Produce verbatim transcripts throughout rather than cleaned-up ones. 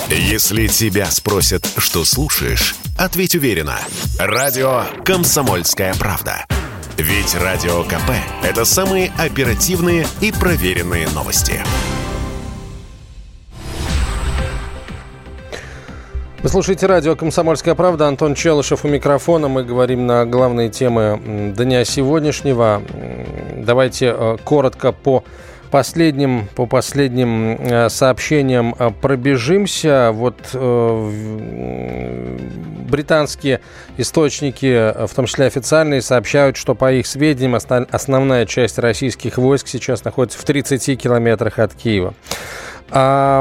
Если тебя спросят, что слушаешь, ответь уверенно. Радио «Комсомольская правда». Ведь Радио КП – это самые оперативные и проверенные новости. Вы слушаете радио «Комсомольская правда». Антон Челышев у микрофона. Мы говорим на главные темы дня сегодняшнего. Давайте коротко по последним, по последним сообщениям пробежимся. Вот британские источники, в том числе официальные, сообщают, что, по их сведениям, основная часть российских войск сейчас находится в тридцати километрах от Киева. А,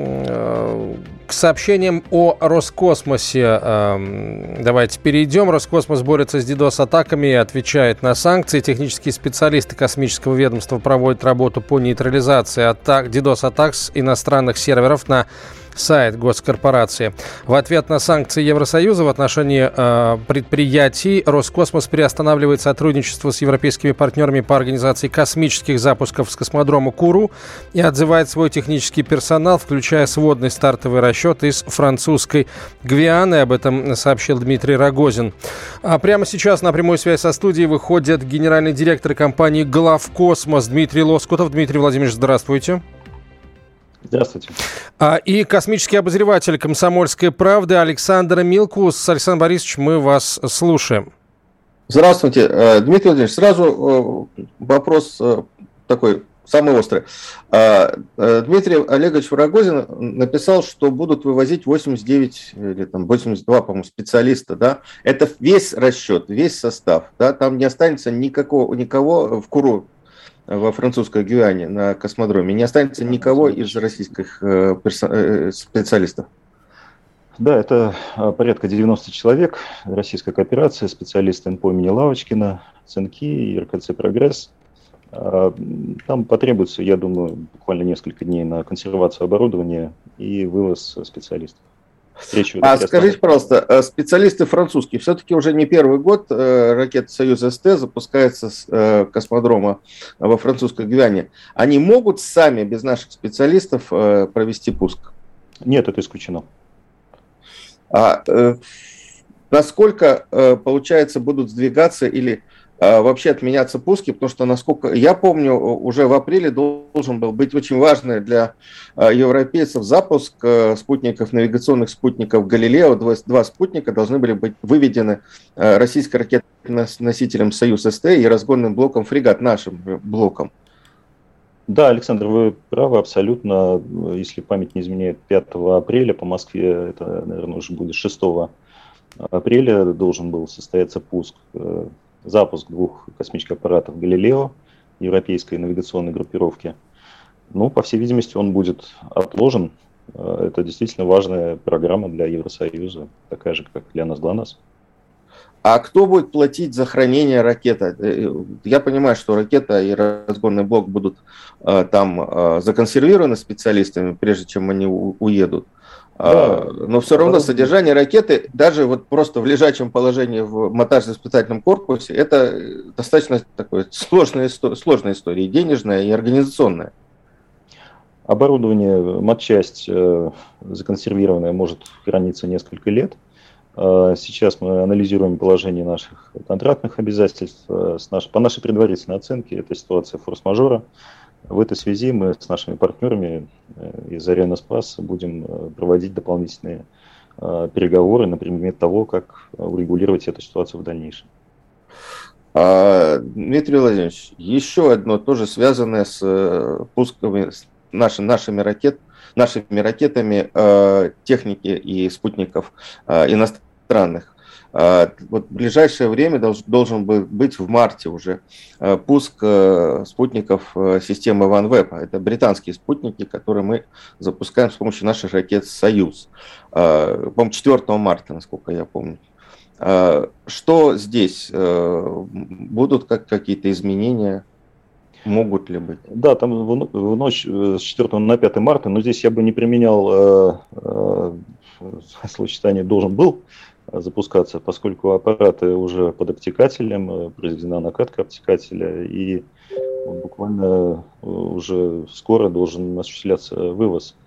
к сообщениям о Роскосмосе давайте перейдем. Роскосмос борется с дидос-атаками и отвечает на санкции. Технические специалисты космического ведомства проводят работу по нейтрализации атак, дидос-атак с иностранных серверов на сайт госкорпорации. В ответ на санкции Евросоюза в отношении э, предприятий Роскосмос приостанавливает сотрудничество с европейскими партнерами по организации космических запусков с космодрома Куру и отзывает свой технический персонал, включая сводный стартовый расчет из французской Гвианы. Об этом сообщил Дмитрий Рогозин. А прямо сейчас на прямую связь со студией выходит генеральный директор компании «Главкосмос» Дмитрий Лоскутов. Дмитрий Владимирович, здравствуйте. Здравствуйте. И космический обозреватель «Комсомольской правды» Александр Милкус. Александр Борисович, мы вас слушаем. Здравствуйте, Дмитрий Владимирович. Сразу вопрос такой, самый острый. Дмитрий Олегович Рогозин написал, что будут вывозить восемьдесят девять или там восемьдесят два, по-моему, специалиста. Да? Это весь расчет, весь состав. Да? Там не останется никакого, никого в Куру, во французской Гвиане на космодроме, не останется никого из российских э, перso- э, специалистов. Да, это порядка девяносто человек, российская кооперация, специалисты эн пэ о имени Лавочкина, ЦНКИ и эр ка цэ «Прогресс». Там потребуется, я думаю, буквально несколько дней на консервацию оборудования и вывоз специалистов. А скажите, пожалуйста, специалисты французские, все-таки уже не первый год ракета «Союз-СТ» запускается с космодрома во французской Гвиане. Они могут сами, без наших специалистов, провести пуск? Нет, это исключено. А насколько, получается, будут сдвигаться или вообще отменяться пуски, потому что, насколько я помню, уже в апреле должен был быть очень важный для европейцев запуск спутников, навигационных спутников «Галилео». Два спутника должны были быть выведены российской ракетоносителем «Союз-СТ» и разгонным блоком «Фрегат», нашим блоком. Да, Александр, вы правы абсолютно. Если память не изменяет, пятого апреля по Москве, это, наверное, уже будет шестого апреля, должен был состояться пуск. Запуск двух космических аппаратов «Галилео» европейской навигационной группировки. Ну, по всей видимости, он будет отложен. Это действительно важная программа для Евросоюза, такая же, как для нас, ГЛОНАСС. А кто будет платить за хранение ракеты? Я понимаю, что ракета и разгонный блок будут там законсервированы специалистами, прежде чем они уедут. Да, но все равно содержание ракеты, даже вот просто в лежачем положении в монтажно-испытательном корпусе, это достаточно такое сложная, сложная история, и денежная, и организационная. Оборудование, матчасть законсервированное может храниться несколько лет. Сейчас мы анализируем положение наших контрактных обязательств. По нашей предварительной оценке, это ситуация форс-мажора. В этой связи мы с нашими партнерами из Ариана Спас будем проводить дополнительные переговоры на предмет того, как урегулировать эту ситуацию в дальнейшем. А, Дмитрий Владимирович, еще одно тоже связанное с пусками с наши, нашими, ракет, нашими ракетами э, техники и спутников э, иностранных. Вот в ближайшее время долж, должен быть в марте уже пуск спутников системы OneWeb. Это британские спутники, которые мы запускаем с помощью наших ракет «Союз». По-моему, четвёртого марта, насколько я помню. Что здесь? Будут как, какие-то изменения? Могут ли быть? Да, там в, в ночь с четвёртого на пятое марта, но здесь я бы не применял э, э, словосочетание «должен был» запускаться, поскольку аппараты уже под обтекателем, произведена накатка обтекателя, и буквально уже скоро должен осуществляться вывоз.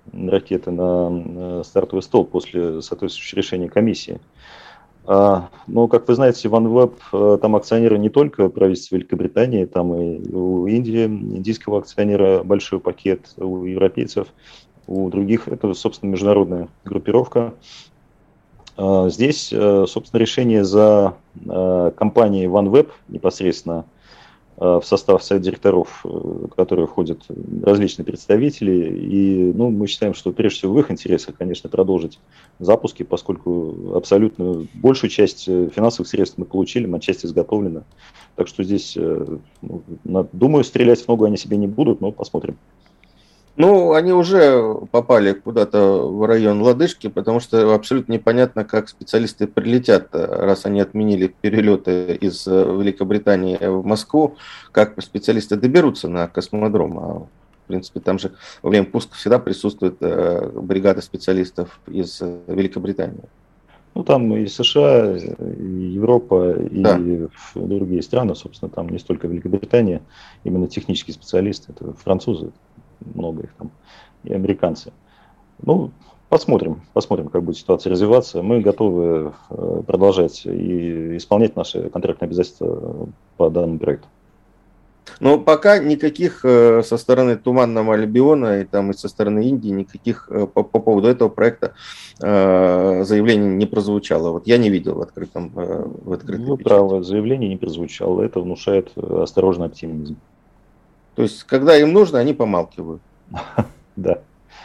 ракеты на стартовый стол после соответствующего решения комиссии. Но, как вы знаете, OneWeb, там акционеры не только правительство Великобритании, там и у Индии, индийского акционера большой пакет, у европейцев, у других. Это, собственно, международная группировка. Здесь, собственно, решение за компанией OneWeb непосредственно в состав совета директоров, в который входят различные представители. И ну, мы считаем, что прежде всего в их интересах, конечно, продолжить запуски, поскольку абсолютно большую часть финансовых средств мы получили, матчасть изготовлена. Так что здесь, ну, думаю, стрелять в ногу они себе не будут, но посмотрим. Ну, они уже попали куда-то в район лодыжки, потому что абсолютно непонятно, как специалисты прилетят, раз они отменили перелеты из Великобритании в Москву, как специалисты доберутся на космодром. А, в принципе, там же во время пуска всегда присутствует бригада специалистов из Великобритании. Ну, там и США, и Европа, и да. другие страны, собственно, там не столько Великобритания, именно технические специалисты, это французы. Много их там, и американцы. Ну, посмотрим, посмотрим, как будет ситуация развиваться. Мы готовы продолжать и исполнять наши контрактные обязательства по данному проекту. Но пока никаких со стороны Туманного Альбиона и, там, и со стороны Индии никаких по, по поводу этого проекта заявлений не прозвучало. Вот я не видел в открытом в открытой Вы правы, заявление не прозвучало. Это внушает осторожный оптимизм. То есть, когда им нужно, они помалкивают. Да.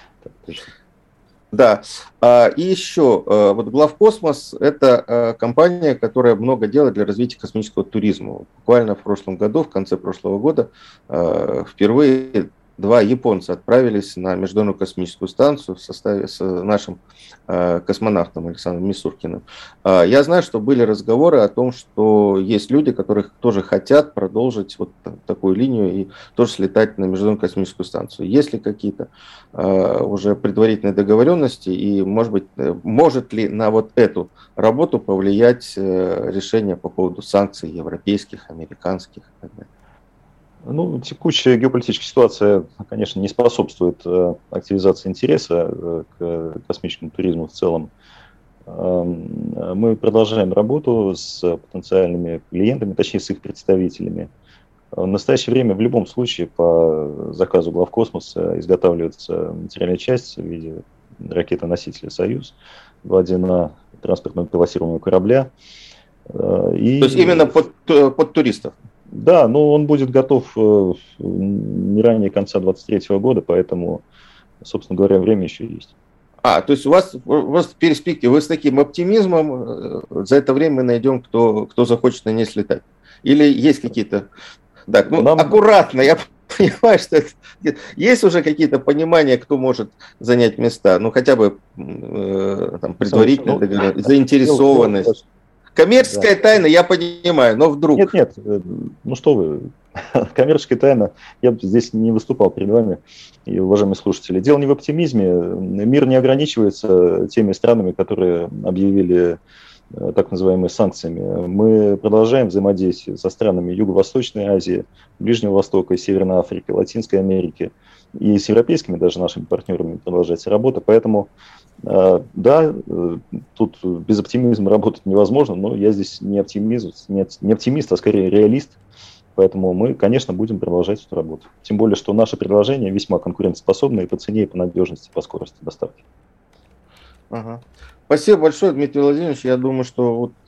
Да. И еще, вот Главкосмос – это компания, которая много делает для развития космического туризма. Буквально в прошлом году, в конце прошлого года, впервые два японца отправились на Международную космическую станцию в составе с нашим космонавтом Александром Мисуркиным. Я знаю, что были разговоры о том, что есть люди, которые тоже хотят продолжить вот такую линию и тоже слетать на Международную космическую станцию. Есть ли какие-то уже предварительные договоренности и, может быть, может ли на вот эту работу повлиять решение по поводу санкций европейских, американских и так далее? Ну, текущая геополитическая ситуация, конечно, не способствует активизации интереса к космическому туризму в целом. Мы продолжаем работу с потенциальными клиентами, точнее, с их представителями. В настоящее время в любом случае по заказу Главкосмоса изготавливается материальная часть в виде ракеты-носителя «Союз», два один А транспортного пилотируемого корабля. И... То есть именно под, под туристов? Да, но он будет готов не ранее конца двадцать третьего года, поэтому, собственно говоря, время еще есть. А, то есть у вас, у вас в перспективе, вы с таким оптимизмом, за это время мы найдем, кто, кто захочет на ней слетать? Или есть какие-то... Так, ну, Нам... аккуратно, я понимаю, что это... есть уже какие-то понимания, кто может занять места, ну, хотя бы э, там, предварительно ну, заинтересованность. Коммерческая да. тайна, я понимаю, но вдруг... Нет, нет, ну что вы, коммерческая тайна, я бы здесь не выступал перед вами, и уважаемые слушатели. Дело не в оптимизме, мир не ограничивается теми странами, которые объявили так называемыми санкциями. Мы продолжаем взаимодействие со странами Юго-Восточной Азии, Ближнего Востока, Северной Африки, Латинской Америки, и с европейскими даже нашими партнерами продолжается работа, поэтому... Да, тут без оптимизма работать невозможно, но я здесь не оптимист, не оптимист, а скорее реалист, поэтому мы, конечно, будем продолжать эту работу. Тем более, что наши предложения весьма конкурентоспособны и по цене, и по надежности, и по скорости доставки. Ага. Спасибо большое, Дмитрий Владимирович. Я думаю, что вот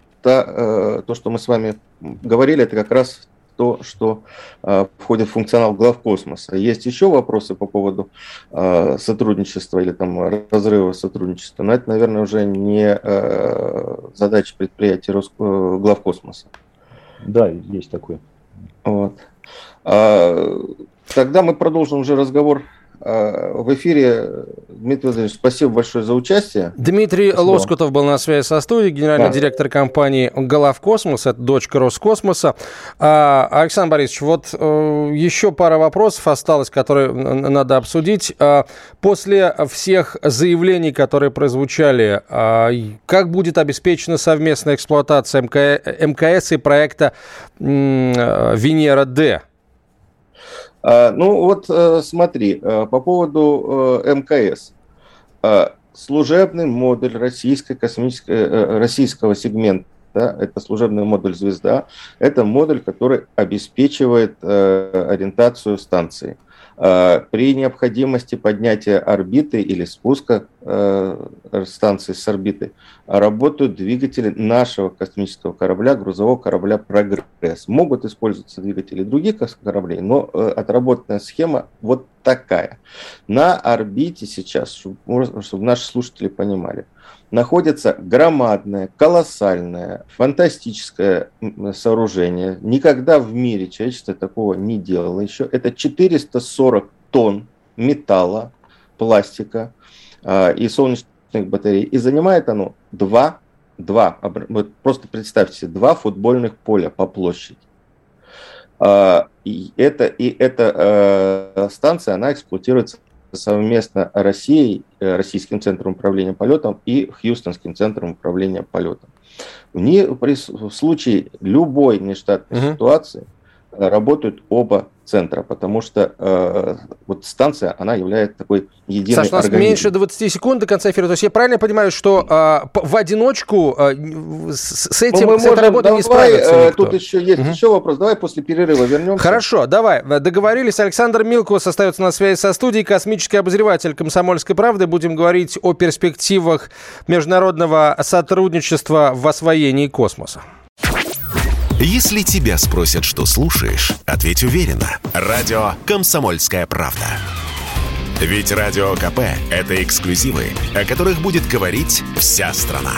та, то, что мы с вами говорили, это как раз то, что э, входит в функционал Главкосмоса. Есть еще вопросы по поводу э, сотрудничества или там разрыва сотрудничества, но это, наверное, уже не э, задача предприятия Рос... Главкосмоса. Да, есть такое. Вот. А, тогда мы продолжим уже разговор в эфире. Дмитрий Владимирович, спасибо большое за участие. Дмитрий спасибо. Лоскутов был на связи со студией, генеральный да. директор компании «Главкосмос», это дочка Роскосмоса. А, Александр Борисович, вот э, еще пара вопросов осталось, которые надо обсудить. А, после всех заявлений, которые прозвучали, а, как будет обеспечена совместная эксплуатация МК... МКС и проекта м- Венера-Д? Ну вот смотри, по поводу эм ка эс. Служебный модуль российской космической, российского сегмента, это служебный модуль «Звезда», это модуль, который обеспечивает ориентацию станции. При необходимости поднятия орбиты или спуска станции с орбиты работают двигатели нашего космического корабля, грузового корабля «Прогресс». Могут использоваться двигатели других кораблей, но отработанная схема вот такая. На орбите сейчас, чтобы, чтобы наши слушатели понимали, находится громадное, колоссальное, фантастическое сооружение. Никогда в мире человечество такого не делало еще. Это четыреста сорок тонн металла, пластика э, и солнечных батарей. И занимает оно два, два, вот просто представьте себе, два футбольных поля по площади. Э, и это, и эта э, станция, она эксплуатируется совместно Россией, Российским центром управления полетом и Хьюстонским центром управления полетом. В случае любой нештатной угу. ситуации работают оба центра, потому что э, вот станция, она является такой единой Саш, у нас организм. меньше двадцати секунд до конца эфира. То есть я правильно понимаю, что э, в одиночку э, с, с этим ну, с этой работой не справится э, никто? Тут еще есть угу. еще вопрос. Давай после перерыва вернемся. Хорошо, давай. Договорились. Александр Милкус остается на связи со студией, космический обозреватель «Комсомольской правды». Будем говорить о перспективах международного сотрудничества в освоении космоса. Если тебя спросят, что слушаешь, ответь уверенно. Радио «Комсомольская правда». Ведь Радио КП – это эксклюзивы, о которых будет говорить вся страна.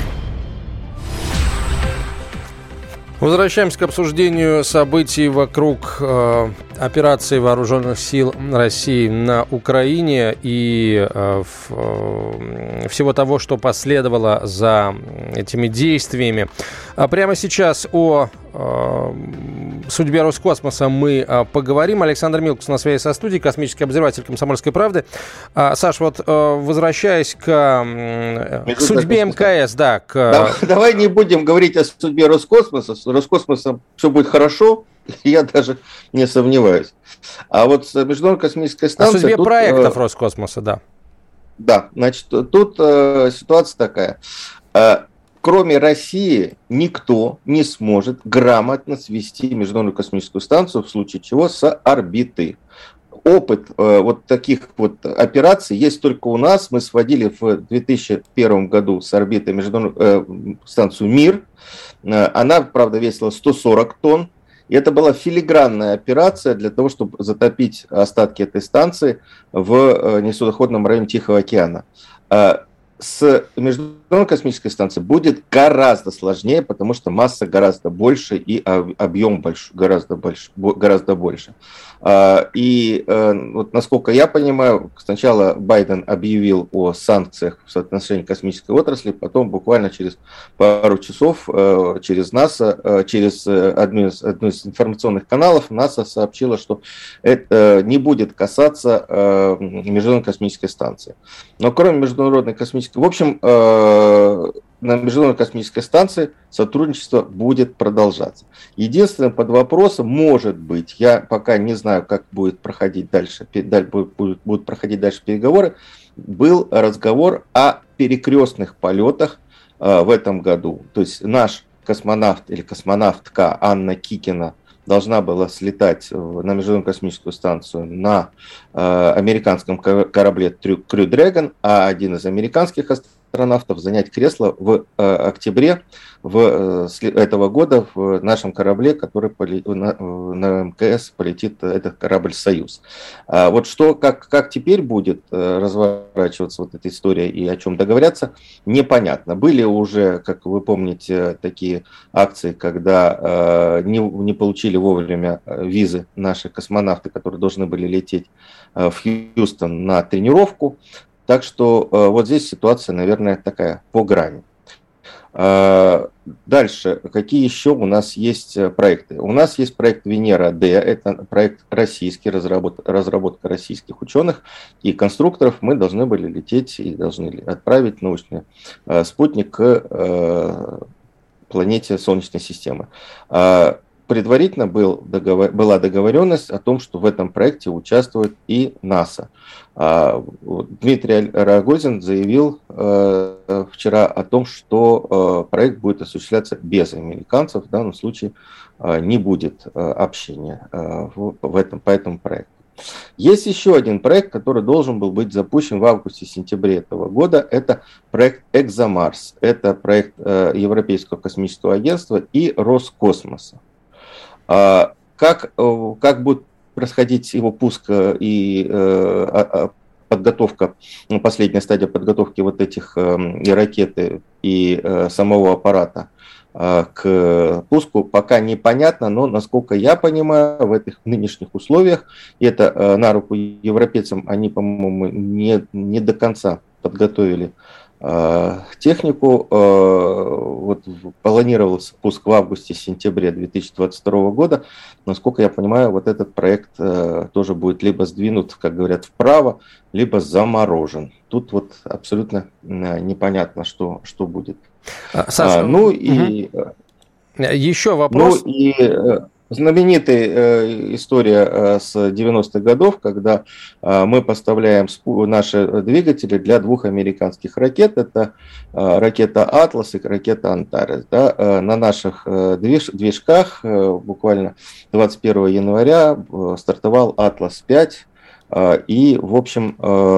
Возвращаемся к обсуждению событий вокруг э, операции вооруженных сил России на Украине и э, э, всего того, что последовало за этими действиями. А прямо сейчас о э, судьбе Роскосмоса мы э, поговорим. Александр Милкус на связи со студией, космический обозреватель «Комсомольской правды». А, Саш, вот э, возвращаясь к, э, к судьбе эм ка эс, да. К... Давай, давай не будем говорить о судьбе Роскосмоса. С Роскосмосом все будет хорошо, я даже не сомневаюсь. А вот с Международной космической станцией... О судьбе тут, проектов э, Роскосмоса, да. Да, значит, тут э, ситуация такая. Э, кроме России никто не сможет грамотно свести Международную космическую станцию, в случае чего, с орбиты. Опыт э, вот таких вот операций есть только у нас. Мы сводили в две тысячи первом году с орбиты международную э, станцию «Мир». Э, она, правда, весила сто сорок тонн. И это была филигранная операция для того, чтобы затопить остатки этой станции в э, несудоходном районе Тихого океана. Э, с Международной космической станцией будет гораздо сложнее, потому что масса гораздо больше и объем больше, гораздо больше. Гораздо больше. И вот, насколько я понимаю, сначала Байден объявил о санкциях в отношении космической отрасли, потом буквально через пару часов через НАСА, через одну из, одну из информационных каналов НАСА сообщила, что это не будет касаться Международной космической станции. Но кроме Международной космической... В общем, на Международной космической станции сотрудничество будет продолжаться. Единственное, под вопросом, может быть, я пока не знаю, как будет проходить дальше, будут проходить дальше переговоры, был разговор о перекрестных полетах в этом году. То есть наш космонавт или космонавтка Анна Кикина должна была слетать на Международную космическую станцию на американском корабле Crew Dragon, а один из американских астронавтов занять кресло в э, октябре в, э, этого года в нашем корабле, который поле, на, на эм ка эс полетит этот корабль «Союз». А вот что, как, как теперь будет э, разворачиваться вот эта история и о чем договорятся, непонятно. Были уже, как вы помните, такие акции, когда э, не, не получили вовремя визы наши космонавты, которые должны были лететь э, в Хьюстон на тренировку. Так что э, вот здесь ситуация, наверное, такая по грани. Э, дальше, какие еще у нас есть проекты? У нас есть проект «Венера-Д», это проект российский, разработка, разработка российских ученых и конструкторов. Мы должны были лететь и должны отправить научный э, спутник к э, планете Солнечной системы. Э, предварительно был договор, была договоренность о том, что в этом проекте участвует и НАСА. Дмитрий Рогозин заявил вчера о том, что проект будет осуществляться без американцев, в данном случае не будет общения в этом, по этому проекту. Есть еще один проект, который должен был быть запущен в августе-сентябре этого года. Это проект «Экзомарс». Это проект Европейского космического агентства и Роскосмоса. Как, как будет происходить его пуск и подготовка, последняя стадия подготовки вот этих и ракеты, и самого аппарата к пуску, пока непонятно, но, насколько я понимаю, в этих нынешних условиях, и это на руку европейцам, они, по-моему, не, не до конца подготовили технику. Вот планировался пуск в августе-сентябре две тысячи двадцать второго года. Насколько я понимаю, вот этот проект тоже будет либо сдвинут, как говорят, вправо, либо заморожен. Тут вот абсолютно непонятно, что, что будет. Саша, а, ну и еще вопрос. Ну и знаменитая э, история э, с девяностых годов, когда э, мы поставляем спу- наши двигатели для двух американских ракет. Это э, ракета «Атлас» и ракета «Антарес». Да? Э, на наших э, движ- движках э, буквально двадцать первого января э, стартовал «Атлас пять». Э, и, в общем,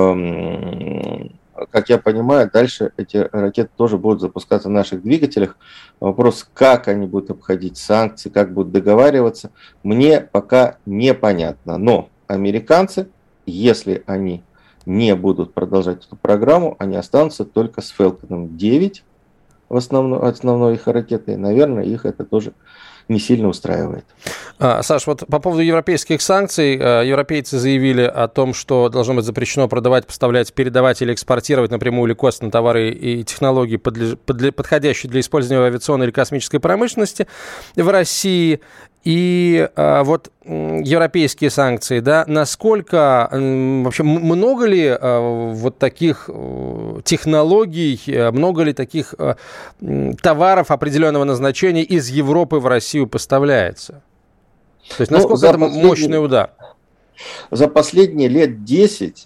э, как я понимаю, дальше эти ракеты тоже будут запускаться в наших двигателях. Вопрос, как они будут обходить санкции, как будут договариваться, мне пока непонятно. Но американцы, если они не будут продолжать эту программу, они останутся только с Falcon девять, в основной, основной их ракетой. Наверное, их это тоже не сильно устраивает. А, Саш, вот по поводу европейских санкций, европейцы заявили о том, что должно быть запрещено продавать, поставлять, передавать или экспортировать напрямую или косвенно товары и технологии, подлеж... подходящие для использования в авиационной или космической промышленности в России. И а, вот европейские санкции, да, насколько, вообще много ли а, вот таких технологий, много ли таких а, товаров определенного назначения из Европы в Россию поставляется? То есть насколько ну, это мощный удар? За последние лет десять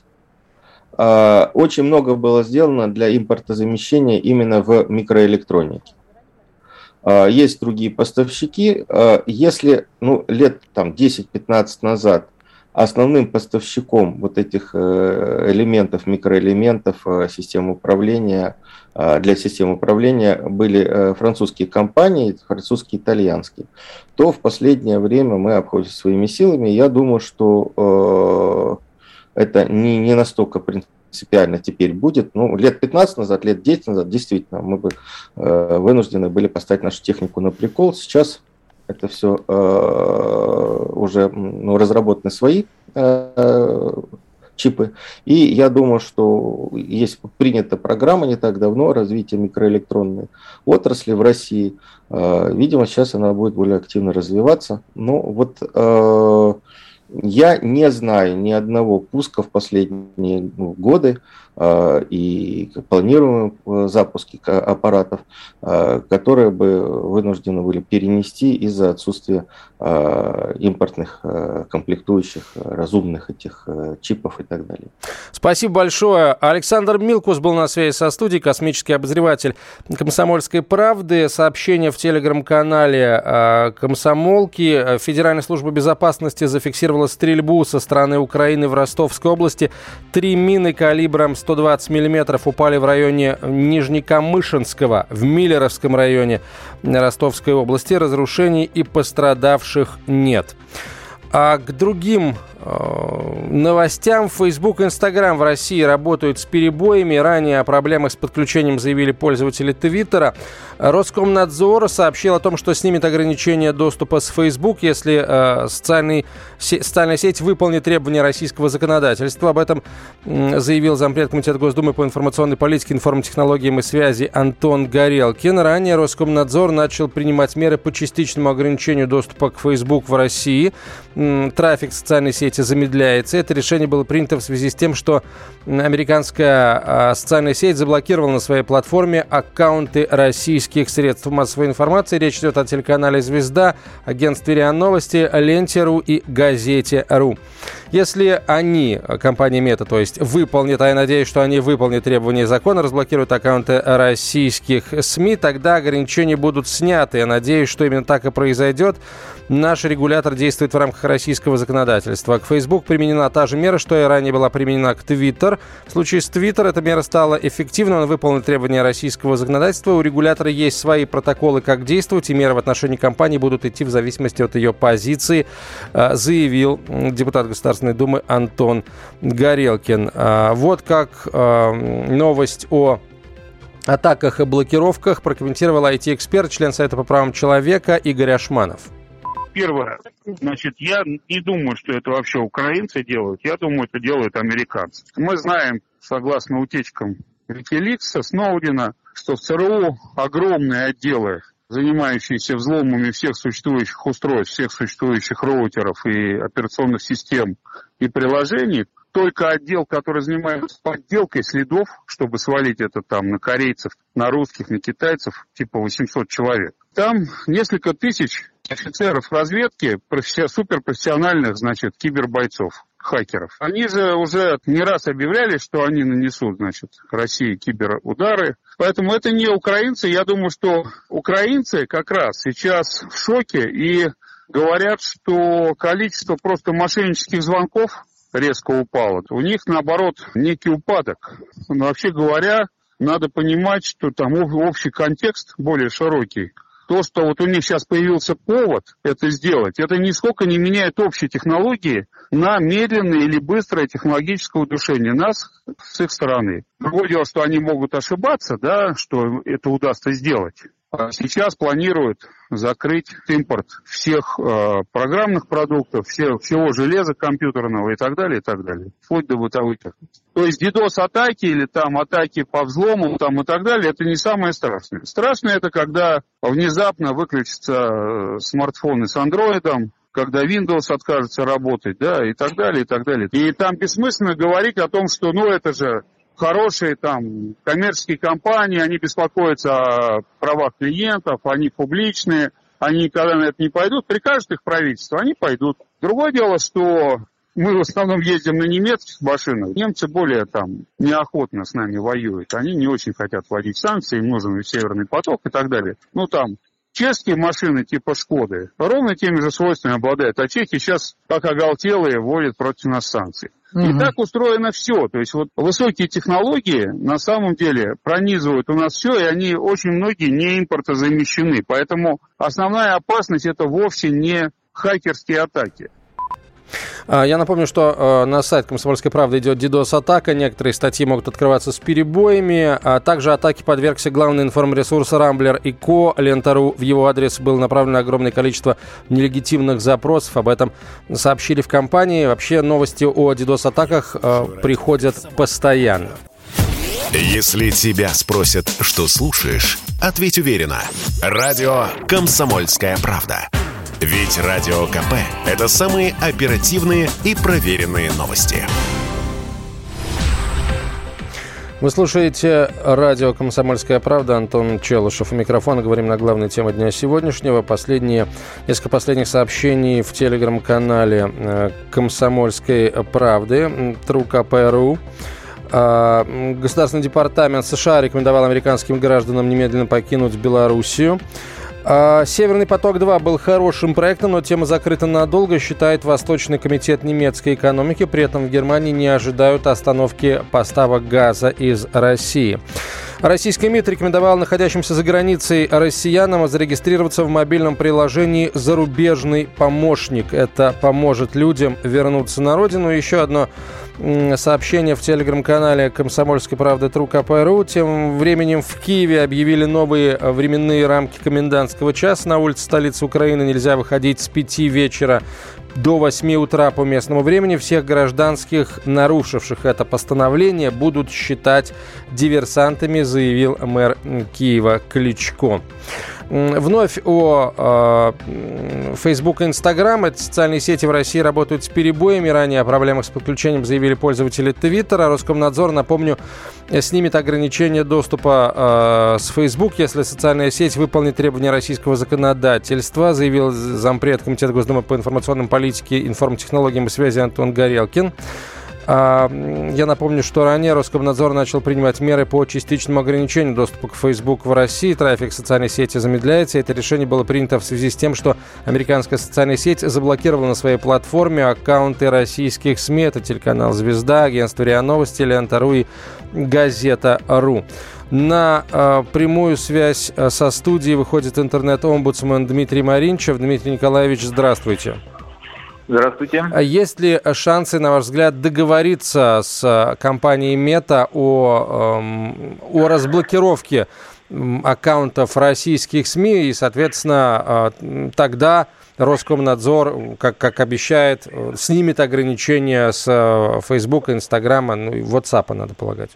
а, очень много было сделано для импортозамещения именно в микроэлектронике. Есть другие поставщики. Если ну, лет там, десять-пятнадцать назад основным поставщиком вот этих элементов, микроэлементов системы управления, для системы управления были французские компании, французские, итальянские, то в последнее время мы обходимся своими силами. Я думаю, что это не, не настолько принципиально. принципиально теперь будет. Ну, лет пятнадцать назад, лет десять назад, действительно, мы бы э, вынуждены были поставить нашу технику на прикол. Сейчас это все э, уже ну, разработаны свои э, чипы. И я думаю, что есть принята программа не так давно развития микроэлектронной отрасли в России. Э, видимо, сейчас она будет более активно развиваться. Но вот э, я не знаю ни одного пуска в последние годы э, и планируемые запуски аппаратов, э, которые бы вынуждены были перенести из-за отсутствия э, импортных э, комплектующих, разумных этих э, чипов и так далее. Спасибо большое. Александр Милкус был на связи со студией, космический обозреватель «Комсомольской правды». Сообщение в телеграм-канале э, «Комсомолки». Федеральная служба безопасности зафиксировала стрельбу со стороны Украины в Ростовской области. Три мины калибром сто двадцать миллиметров упали в районе Нижнекамышинского, в Миллеровском районе Ростовской области. Разрушений и пострадавших нет. А к другим э, новостям. Facebook и Instagram в России работают с перебоями. Ранее о проблемах с подключением заявили пользователи Твиттера. Роскомнадзор сообщил о том, что снимет ограничение доступа с Facebook, если э, социальный, се, социальная сеть выполнит требования российского законодательства. Об этом э, заявил зампред Комитета Госдумы по информационной политике, информтехнологиям и связи Антон Горелкин. Ранее Роскомнадзор начал принимать меры по частичному ограничению доступа к Facebook в России. трафик в социальной сети замедляется. Это решение было принято в связи с тем, что американская социальная сеть заблокировала на своей платформе аккаунты российских средств массовой информации. Речь идет о телеканале «Звезда», агентстве РИА Новости, Ленте.ру и Газете.ру. Если они, компания Мета, то есть выполнит, а я надеюсь, что они выполнят требования закона, разблокируют аккаунты российских СМИ, тогда ограничения будут сняты. Я надеюсь, что именно так и произойдет. Наш регулятор действует в рамках российского законодательства. К Facebook применена та же мера, что и ранее была применена к Twitter. В случае с Twitter эта мера стала эффективной, он выполнил требования российского законодательства. У регулятора есть свои протоколы, как действовать, и меры в отношении компании будут идти в зависимости от ее позиции, заявил депутат Государственной Думы Антон Горелкин. Вот как новость о атаках и блокировках прокомментировал ай ти-эксперт, член Совета по правам человека Игорь Ашманов. Первое, значит, я не думаю, что это вообще украинцы делают, я думаю, это делают американцы. Мы знаем, согласно утечкам Викиликса, Сноудена, что в ЦРУ огромные отделы, занимающиеся взломами всех существующих устройств, всех существующих роутеров и операционных систем и приложений. Только отдел, который занимается подделкой следов, чтобы свалить это там на корейцев, на русских, на китайцев, типа восемьсот человек. Там несколько тысяч офицеров разведки, суперпрофессиональных, значит, кибербойцов, хакеров. Они же уже не раз объявляли, что они нанесут, значит, России киберудары. Поэтому это не украинцы. Я думаю, что украинцы как раз сейчас в шоке и говорят, что количество просто мошеннических звонков резко упало. У них, наоборот, некий упадок. Но вообще говоря, надо понимать, что там общий контекст более широкий. То, что вот у них сейчас появился повод это сделать, это нисколько не меняет общей технологии на медленное или быстрое технологическое удушение нас с их стороны. Другое дело, что они могут ошибаться, да, что это удастся сделать. А сейчас планируют закрыть импорт всех э, программных продуктов, все, всего железа компьютерного и так далее, и так далее, вплоть до бытовых. То есть дидос-атаки или там атаки по взлому там, и так далее, это не самое страшное. Страшное это когда внезапно выключатся смартфоны с андроидом, когда Windows откажется работать, да, и так далее, и так далее. И там бессмысленно говорить о том, что, ну, это же хорошие там коммерческие компании, они беспокоятся о правах клиентов, они публичные, они никогда на это не пойдут. Прикажет их правительство, они пойдут. Другое дело, что мы в основном ездим на немецких машинах. Немцы более там неохотно с нами воюют. Они не очень хотят вводить санкции, им нужен Северный поток и так далее. Ну там чешские машины типа Шкоды ровно теми же свойствами обладают, а чехи сейчас, как оголтелые, вводят против нас санкции. Угу. И так устроено все. То есть вот высокие технологии на самом деле пронизывают у нас все, и они очень многие не импортозамещены. Поэтому основная опасность это вовсе не хакерские атаки. Я напомню, что на сайт «Комсомольской правды» идет дидос-атака. Некоторые статьи могут открываться с перебоями. А также атаке подвергся главный информресурс «Рамблер» и ко. Лента.ру. В его адрес было направлено огромное количество нелегитимных запросов. Об этом сообщили в компании. Вообще новости о дидос-атаках э, приходят постоянно. Если тебя спросят, что слушаешь, ответь уверенно. Радио «Комсомольская правда». Ведь Радио КП – это самые оперативные и проверенные новости. Вы слушаете радио «Комсомольская правда». Антон Челышев у микрофона. Говорим на главные темы дня сегодняшнего. Последние, несколько последних сообщений в телеграм-канале «Комсомольской правды» трукп.ру. Государственный департамент США рекомендовал американским гражданам немедленно покинуть Белоруссию. «Северный поток-два» был хорошим проектом, но тема закрыта надолго, считает Восточный комитет немецкой экономики. При этом в Германии не ожидают остановки поставок газа из России. Российский МИД рекомендовал находящимся за границей россиянам зарегистрироваться в мобильном приложении «Зарубежный помощник». Это поможет людям вернуться на родину. Еще одно сообщение в телеграм-канале «Комсомольской правды» трукп.ру. Тем временем в Киеве объявили новые временные рамки комендантского часа. На улице столицы Украины нельзя выходить с пяти вечера до восьми утра по местному времени. Всех гражданских, нарушивших это постановление, будут считать диверсантами, заявил мэр Киева Кличко. Вновь о э, Facebook и Instagram. Эти социальные сети в России работают с перебоями. Ранее о проблемах с подключением заявили пользователи Твиттера. Роскомнадзор, напомню, снимет ограничение доступа э, с Facebook, если социальная сеть выполнит требования российского законодательства, заявил зампред Комитета Госдумы по информационной политике, информтехнологиям и связи Антон Горелкин. Я напомню, что ранее Роскомнадзор начал принимать меры по частичному ограничению доступа к Facebook в России. Трафик социальной сети замедляется. Это решение было принято в связи с тем, что американская социальная сеть заблокировала на своей платформе аккаунты российских СМИ. Это телеканал «Звезда», агентство РИА Новости, Лента.ру и Газета.ру. На э, прямую связь со студией выходит интернет-омбудсмен Дмитрий Маринчев. Дмитрий Николаевич, здравствуйте. Здравствуйте. А есть ли шансы, на ваш взгляд, договориться с компанией Мета о, эм, о разблокировке аккаунтов российских СМИ и, соответственно, э, тогда Роскомнадзор, как, как обещает, снимет ограничения с Фейсбука, Инстаграма, ну и WhatsApp, надо полагать?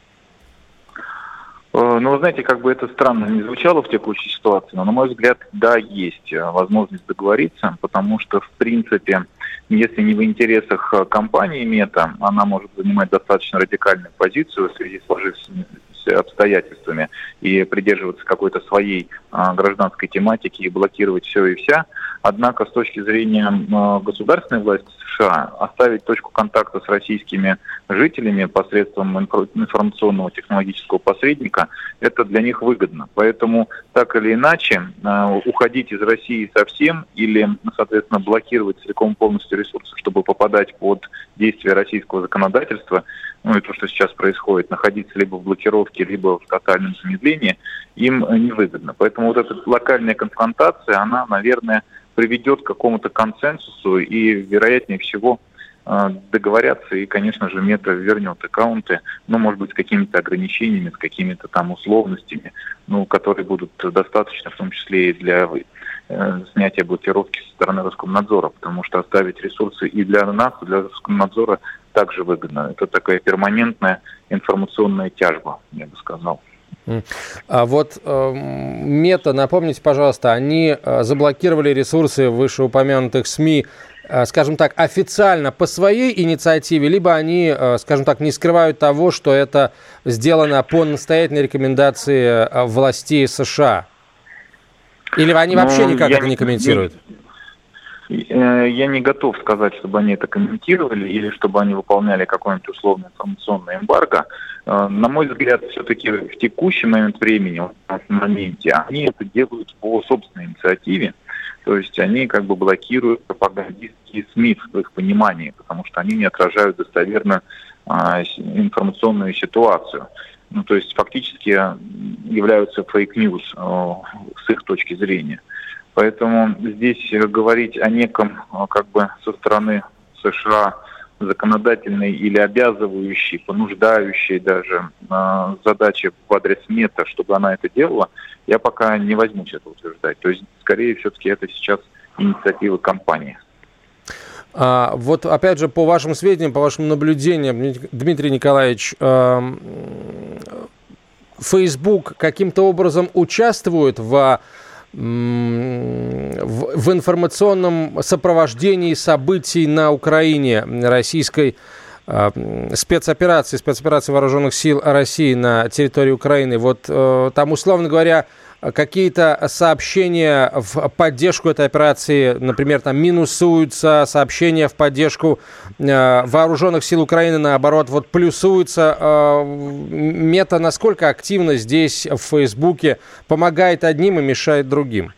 Ну, вы знаете, как бы это странно не звучало в текущей ситуации, но, на мой взгляд, да, есть возможность договориться, потому что, в принципе, если не в интересах компании Мета, она может занимать достаточно радикальную позицию в связи с сложившимися обстоятельствами и придерживаться какой-то своей а, гражданской тематики и блокировать все и вся. Однако, с точки зрения а, государственной власти США, оставить точку контакта с российскими жителями посредством информационного технологического посредника, это для них выгодно. Поэтому, так или иначе, а, уходить из России совсем или, соответственно, блокировать целиком полностью ресурсы, чтобы попадать под действие российского законодательства, ну и то, что сейчас происходит, находиться либо в блокировке, либо в тотальном замедлении, им невыгодно. Поэтому вот эта локальная конфронтация, она, наверное, приведет к какому-то консенсусу и, вероятнее всего, договорятся, и, конечно же, Мета вернет аккаунты, ну, может быть, с какими-то ограничениями, с какими-то там условностями, ну, которые будут достаточно, в том числе и для снятия блокировки со стороны Роскомнадзора, потому что оставить ресурсы и для нас, и для Роскомнадзора также выгодно. Это такая перманентная информационная тяжба, я бы сказал. А вот э, Мета, напомните, пожалуйста, они э, заблокировали ресурсы вышеупомянутых СМИ, э, скажем так, официально по своей инициативе, либо они, э, скажем так, не скрывают того, что это сделано по настоятельной рекомендации э, властей США? Или они вообще ну, никак это не комментируют? Я, я не готов сказать, чтобы они это комментировали или чтобы они выполняли какое-нибудь условное информационное эмбарго. На мой взгляд, все-таки в текущий момент времени, в моменте, они это делают по собственной инициативе. То есть они как бы блокируют пропагандистские СМИ в их понимании, потому что они не отражают достоверно а, информационную ситуацию. Ну, то есть фактически являются фейк-ньюс а, с их точки зрения. Поэтому здесь говорить о неком, как бы, со стороны США законодательной или обязывающей, понуждающей даже э, задачи в адрес Мета, чтобы она это делала, я пока не возьмусь это утверждать. То есть, скорее, все-таки это сейчас инициатива компании. А, вот, опять же, по вашим сведениям, по вашим наблюдениям, Дмитрий Николаевич, э, Facebook каким-то образом участвует в... в информационном сопровождении событий на Украине, российской э, спецоперации, спецоперации вооруженных сил России на территории Украины. Вот э, там, условно говоря, какие-то сообщения в поддержку этой операции, например, там минусуются, сообщения в поддержку э, вооруженных сил Украины, наоборот, вот плюсуются. Э, Мета насколько активно здесь в Фейсбуке помогает одним и мешает другим?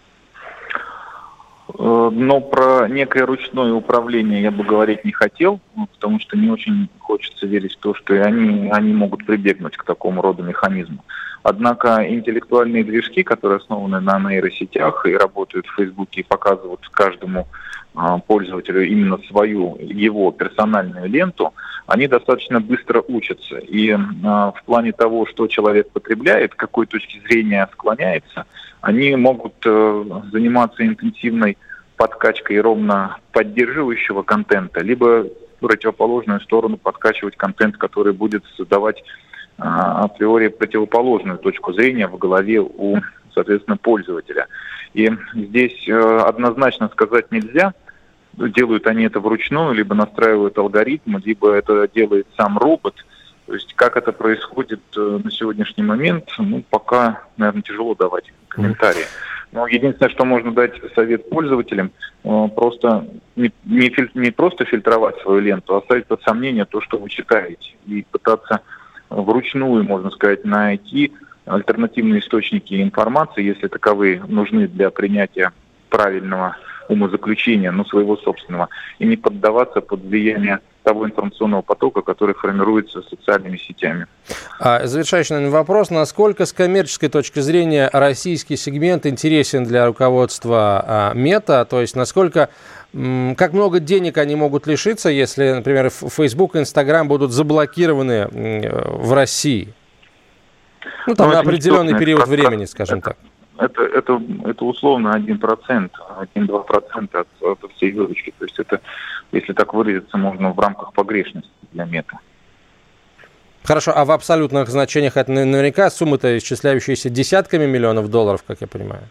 Но про некое ручное управление я бы говорить не хотел, потому что не очень хочется верить в то, что и они, они могут прибегнуть к такому роду механизму. Однако интеллектуальные движки, которые основаны на нейросетях и работают в Фейсбуке и показывают каждому а, пользователю именно свою, его персональную ленту, они достаточно быстро учатся. И а, в плане того, что человек потребляет, к какой точке зрения склоняется, они могут а, заниматься интенсивной подкачкой ровно поддерживающего контента, либо в противоположную сторону подкачивать контент, который будет создавать а, априори противоположную точку зрения в голове у, соответственно, пользователя. И здесь а, однозначно сказать нельзя, делают они это вручную, либо настраивают алгоритмы, либо это делает сам робот. То есть как это происходит на сегодняшний момент, ну, пока, наверное, тяжело давать комментарии. Но единственное, что можно дать совет пользователям, просто не, не, филь, не просто фильтровать свою ленту, а ставить под сомнение то, что вы читаете, и пытаться вручную, можно сказать, найти альтернативные источники информации, если таковые нужны для принятия правильного умозаключения, ну, своего собственного, и не поддаваться под влияние того информационного потока, который формируется социальными сетями. А, завершающий, наверное, вопрос. Насколько с коммерческой точки зрения российский сегмент интересен для руководства а, Мета? То есть насколько, м, как много денег они могут лишиться, если, например, Facebook и Instagram будут заблокированы м, в России? Ну, там, ну, на определенный период времени, скажем так. Это, это, это условно один процент, один-два процента от, от всей выручки. То есть это, если так выразиться, можно в рамках погрешности для Мета. Хорошо, а в абсолютных значениях это наверняка суммы-то исчисляющиеся десятками миллионов долларов, как я понимаю?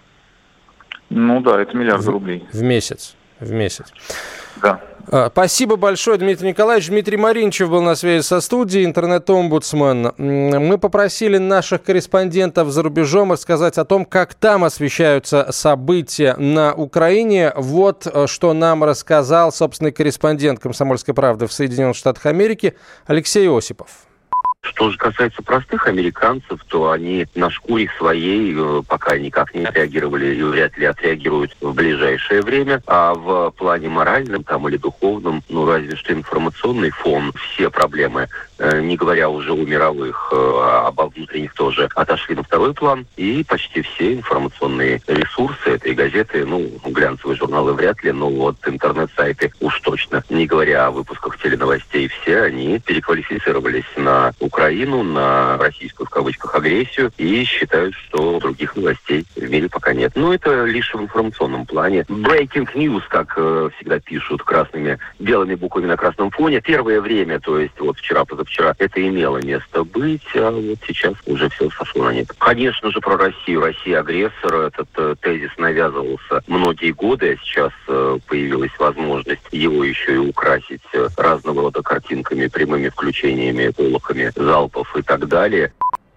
Ну да, это миллиарды в, рублей. В месяц, в месяц. Да. Спасибо большое, Дмитрий Николаевич. Дмитрий Маринчев был на связи со студией, интернет-омбудсмен. Мы попросили наших корреспондентов за рубежом рассказать о том, как там освещаются события на Украине. Вот что нам рассказал собственный корреспондент «Комсомольской правды» в Соединенных Штатах Америки Алексей Осипов. Что же касается простых американцев, то они на шкуре своей пока никак не отреагировали и вряд ли отреагируют в ближайшее время. А в плане моральном там или духовном, ну разве что информационный фон, все проблемы, не говоря уже о мировых, а обо внутренних тоже, отошли на второй план. И почти все информационные ресурсы, это и газеты, ну глянцевые журналы вряд ли, но вот интернет-сайты уж точно, не говоря о выпусках теленовостей, все они переквалифицировались на Украину, на российскую, в кавычках, агрессию и считают, что других новостей в мире пока нет. Но это лишь в информационном плане. Breaking news, как э, всегда пишут красными, белыми буквами на красном фоне. Первое время, то есть вот вчера, позавчера, это имело место быть, а вот сейчас уже все сошло на нет. Конечно же, про Россию. Россия агрессор. Этот э, тезис навязывался многие годы, а сейчас э, появилась возможность его еще и украсить э, разного рода картинками, прямыми включениями, полоками залпов и так далее.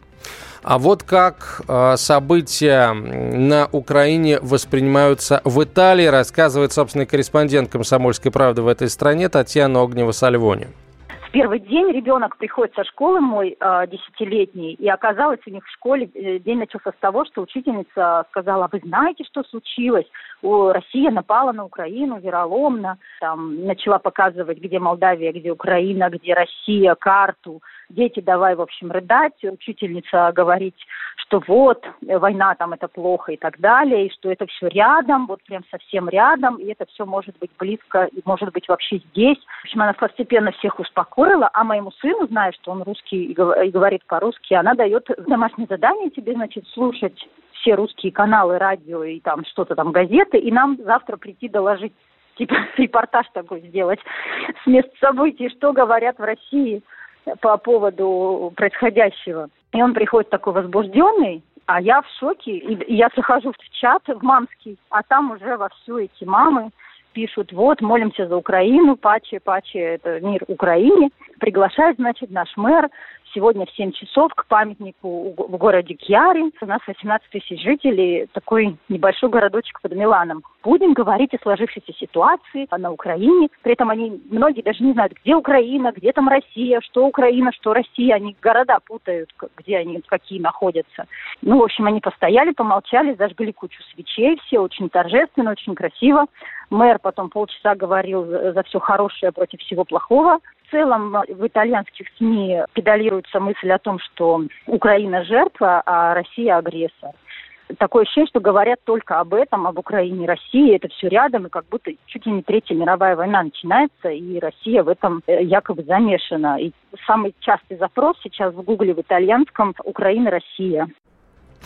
А вот как э, события на Украине воспринимаются в Италии, рассказывает собственный корреспондент «Комсомольской правды» в этой стране Татьяна Огнева-Сальвони. В первый день ребенок приходит со школы, мой э, десятилетний, и оказалось у них в школе, э, день начался с того, что учительница сказала: вы знаете, что случилось? О, Россия напала на Украину вероломно, там, начала показывать, где Молдавия, где Украина, где Россия, карту. Дети давай, в общем, рыдать. Учительница говорит, что вот, война там это плохо и так далее, и что это все рядом, вот прям совсем рядом, и это все может быть близко, и может быть вообще здесь. В общем, она постепенно всех успокоила, а моему сыну, зная, что он русский и говорит по-русски, она дает домашнее задание тебе, значит, слушать все русские каналы, радио и там что-то там, газеты, и нам завтра прийти доложить, типа репортаж такой сделать с мест событий, что говорят в России по поводу происходящего. И он приходит такой возбужденный, а я в шоке. И я захожу в чат в мамский, а там уже вовсю эти мамы пишут: вот, молимся за Украину, паче, паче, это мир Украине. Приглашает, значит, наш мэр сегодня в семь часов к памятнику в городе Кьяри. У нас восемнадцать тысяч жителей, такой небольшой городочек под Миланом. Будем говорить о сложившейся ситуации на Украине. При этом они, многие даже не знают, где Украина, где там Россия, что Украина, что Россия. Они города путают, где они, какие находятся. Ну, в общем, они постояли, помолчали, зажгли кучу свечей. Все очень торжественно, очень красиво. Мэр потом полчаса говорил за все хорошее против всего плохого. В целом в итальянских СМИ педалируется мысль о том, что Украина жертва, а Россия агрессор. Такое ощущение, что говорят только об этом, об Украине и России. Это все рядом, и как будто чуть ли не Третья мировая война начинается, и Россия в этом якобы замешана. И самый частый запрос сейчас в Гугле в итальянском — Украина, Россия.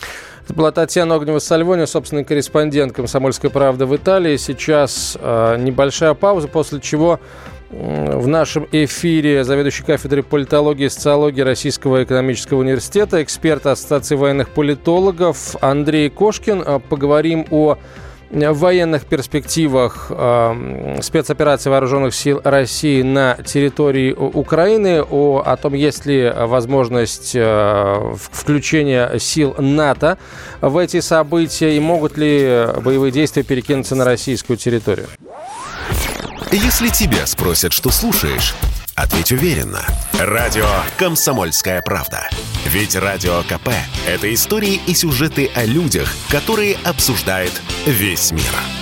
Это была Татьяна Огнева-Сальвони, собственный корреспондент «Комсомольской правды» в Италии. Сейчас э, небольшая пауза, после чего э, в нашем эфире заведующий кафедрой политологии и социологии Российского экономического университета, эксперт Ассоциации военных политологов Андрей Кошкин. Э, поговорим о в военных перспективах э, спецоперации вооруженных сил России на территории Украины, о, о том, есть ли возможность э, включения сил НАТО в эти события и могут ли боевые действия перекинуться на российскую территорию. Если тебя спросят, что слушаешь, ответь уверенно. Радио «Комсомольская правда». Ведь Радио КП – это истории и сюжеты о людях, которые обсуждает весь мир.